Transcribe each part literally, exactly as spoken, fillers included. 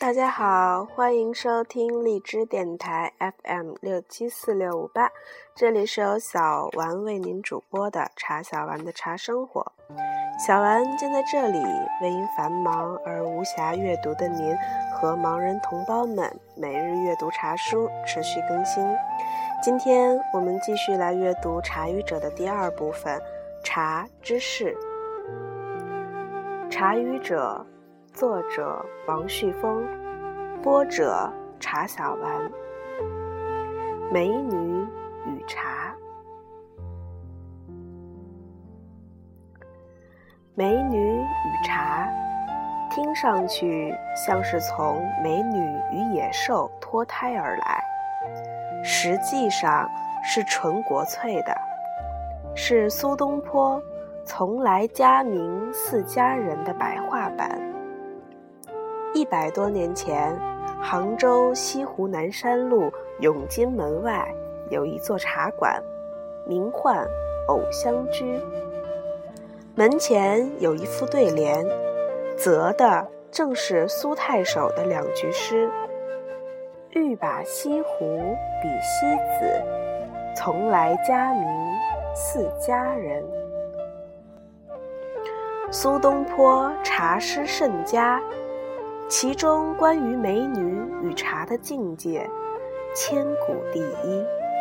大家好，欢迎收听荔枝电台 F M 六七四六五八，这里是由小丸为您主播的茶小丸的茶生活。小丸将在这里为因繁忙而无暇阅读的您和盲人同胞们每日阅读茶书持续更新。今天我们继续来阅读茶语者的第二部分，茶知识。茶语者，作者王旭峰，播者茶小丸。美女与茶。美女与茶，听上去像是从美女与野兽脱胎而来，实际上是纯国粹的，是苏东坡从来佳名似佳人的白话版。一百多年前，杭州西湖南山路永金门外有一座茶馆，名唤藕香居。门前有一副对联，择的正是苏太守的两句诗：欲把西湖比西子，从来佳名似佳人。苏东坡茶诗甚佳，其中关于美女与茶的境界千古第一。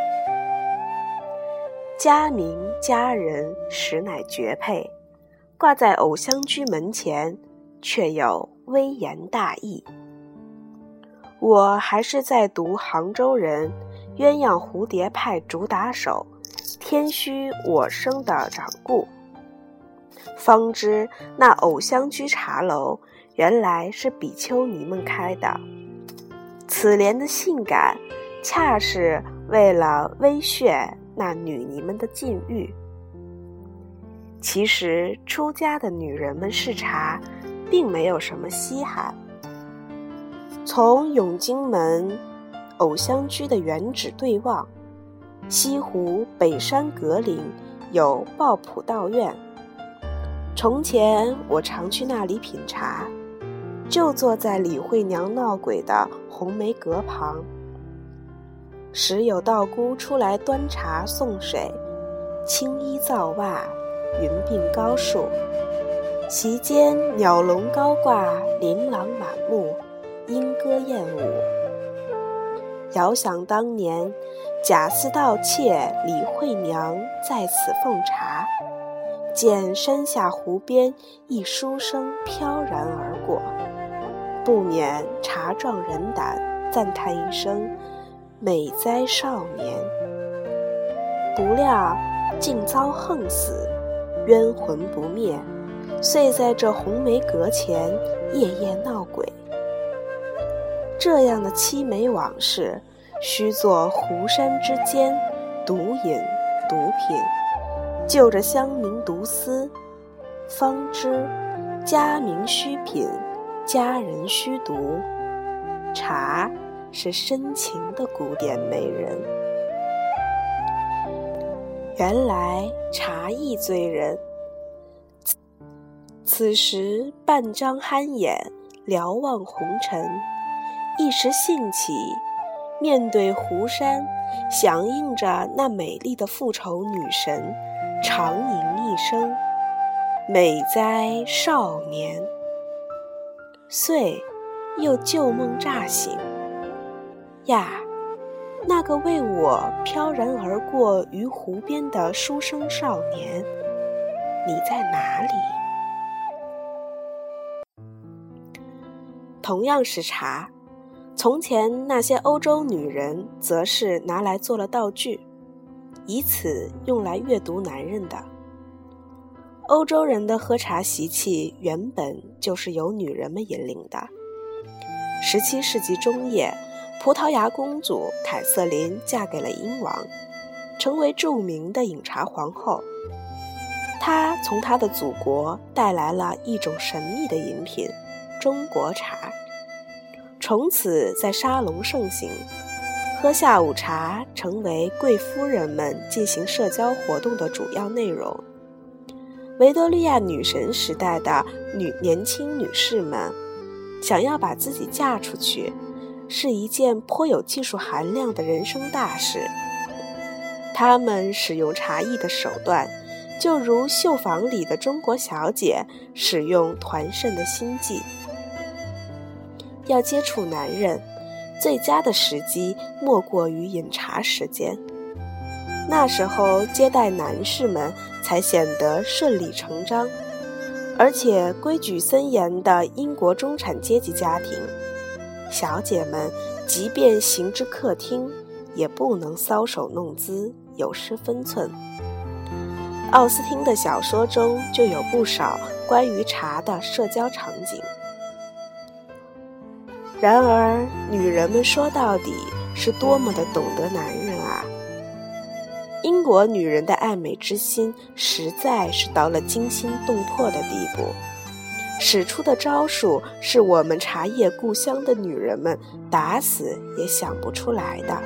佳名佳人实乃绝配，挂在藕香居门前，却有微言大义。我还是在读杭州人鸳鸯蝴蝶派主打手天虚我生的掌故，方知那藕香居茶楼原来是比丘尼们开的。此联的性感恰是为了微谑那女尼们的禁欲。其实出家的女人们嗜茶并没有什么稀罕。从永金门藕香居的原址对望，西湖北山阁岭有抱朴道院，从前我常去那里品茶，就坐在李惠娘闹鬼的红梅阁旁，时有道姑出来端茶送水，青衣皂袜，云鬓高树，其间鸟笼高挂，琳琅满目，莺歌燕舞。遥想当年贾似盗妾李惠娘在此奉茶，见山下湖边一书生飘然而过，不免茶壮人胆，赞叹一声美哉少年。不料竟遭横死，冤魂不灭，遂在这红梅阁前夜夜闹鬼。这样的凄美往事，须作湖山之间独饮独品，就着乡民独思，方知佳名须品，佳人须读。茶是深情的古典美人。原来茶意醉人。此时半张酣眼，瞭望红尘，一时兴起，面对湖山，响应着那美丽的复仇女神，长吟一声美哉少年。遂又旧梦乍醒，呀，那个为我飘然而过于湖边的书生少年，你在哪里？同样是茶，从前那些欧洲女人则是拿来做了道具，以此用来阅读男人的。欧洲人的喝茶习气原本就是由女人们引领的。十七世纪中叶，葡萄牙公主凯瑟琳嫁给了英王，成为著名的饮茶皇后。她从她的祖国带来了一种神秘的饮品——中国茶，从此在沙龙盛行，喝下午茶成为贵夫人们进行社交活动的主要内容。维多利亚女神时代的女年轻女士们想要把自己嫁出去，是一件颇有技术含量的人生大事。他们使用茶艺的手段，就如绣坊里的中国小姐使用团扇的心计。要接触男人，最佳的时机莫过于饮茶时间。那时候接待男士们才显得顺理成章，而且规矩森严的英国中产阶级家庭，小姐们即便行至客厅，也不能搔首弄姿，有失分寸。奥斯汀的小说中就有不少关于茶的社交场景。然而，女人们说到底是多么的懂得男人啊！英国女人的爱美之心实在是到了惊心动魄的地步，使出的招数是我们茶叶故乡的女人们打死也想不出来的。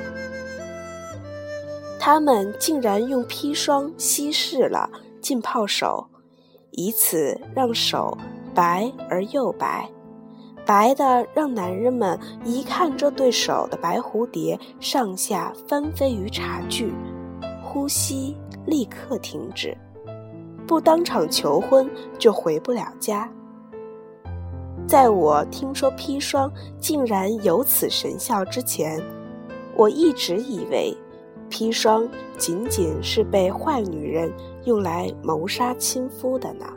她们竟然用砒霜稀释了浸泡手，以此让手白而又白，白的让男人们一看这对手的白蝴蝶上下翻飞于茶具，呼吸立刻停止，不当场求婚就回不了家。在我听说砒霜竟然有此神效之前，我一直以为砒霜仅仅是被坏女人用来谋杀亲夫的呢。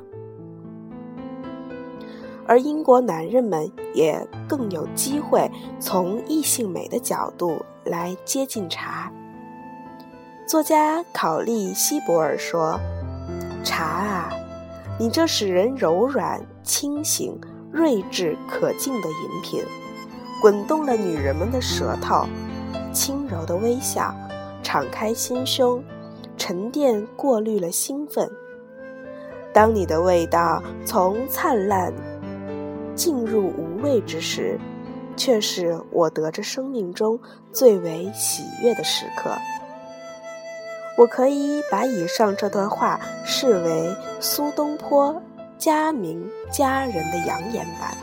而英国男人们也更有机会从异性美的角度来接近茶。作家考利希伯尔说，茶啊，你这使人柔软、清醒、睿智可敬的饮品，滚动了女人们的舌头，轻柔的微笑，敞开心胸，沉淀过滤了兴奋。当你的味道从灿烂进入无味之时，却是我得着生命中最为喜悦的时刻。我可以把以上这段话视为苏东坡佳名佳人的扬言版。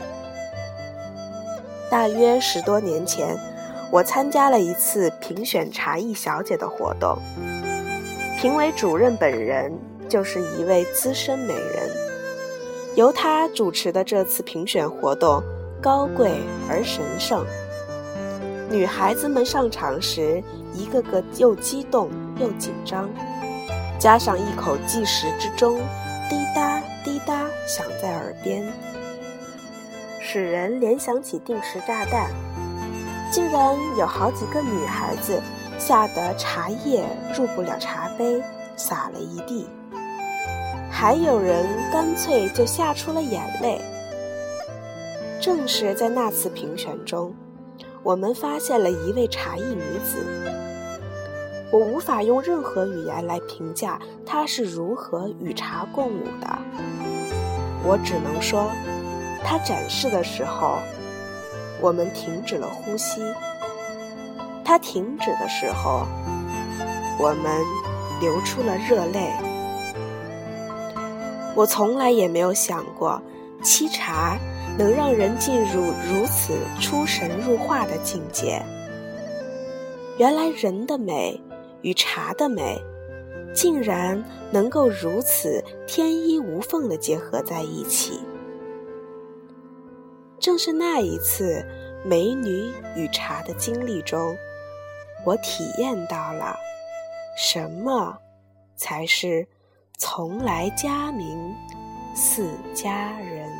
大约十多年前，我参加了一次评选茶艺小姐的活动，评委主任本人就是一位资深美人。由她主持的这次评选活动高贵而神圣，女孩子们上场时一个个又激动又紧张，加上一口计时之钟滴答滴答响在耳边，使人联想起定时炸弹。竟然有好几个女孩子吓得茶叶入不了茶杯，洒了一地，还有人干脆就吓出了眼泪。正是在那次评选中，我们发现了一位茶艺女子，我无法用任何语言来评价她是如何与茶共舞的，我只能说，她展示的时候，我们停止了呼吸；她停止的时候，我们流出了热泪。我从来也没有想过，沏茶能让人进入如此出神入化的境界。原来人的美与茶的美，竟然能够如此天衣无缝地结合在一起。正是那一次美女与茶的经历中，我体验到了什么才是从来佳名似佳人。